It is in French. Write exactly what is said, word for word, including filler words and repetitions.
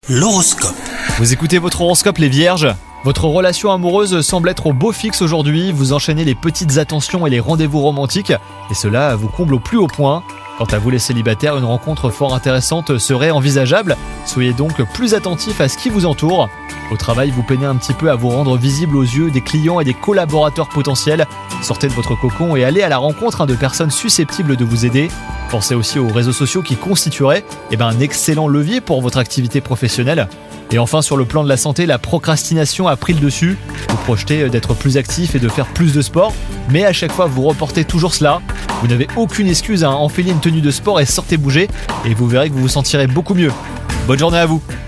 L'horoscope. Vous écoutez votre horoscope les vierges ? Votre relation amoureuse semble être au beau fixe aujourd'hui, vous enchaînez les petites attentions et les rendez-vous romantiques, et cela vous comble au plus haut point. Quant à vous les célibataires, une rencontre fort intéressante serait envisageable, soyez donc plus attentifs à ce qui vous entoure. Au travail, vous peinez un petit peu à vous rendre visible aux yeux des clients et des collaborateurs potentiels. Sortez de votre cocon et allez à la rencontre de personnes susceptibles de vous aider. Pensez aussi aux réseaux sociaux qui constitueraient eh ben, un excellent levier pour votre activité professionnelle. Et enfin, sur le plan de la santé, la procrastination a pris le dessus. Vous projetez d'être plus actif et de faire plus de sport, mais à chaque fois vous reportez toujours cela. Vous n'avez aucune excuse à enfiler une tenue de sport et sortez bouger, et vous verrez que vous vous sentirez beaucoup mieux. Bonne journée à vous.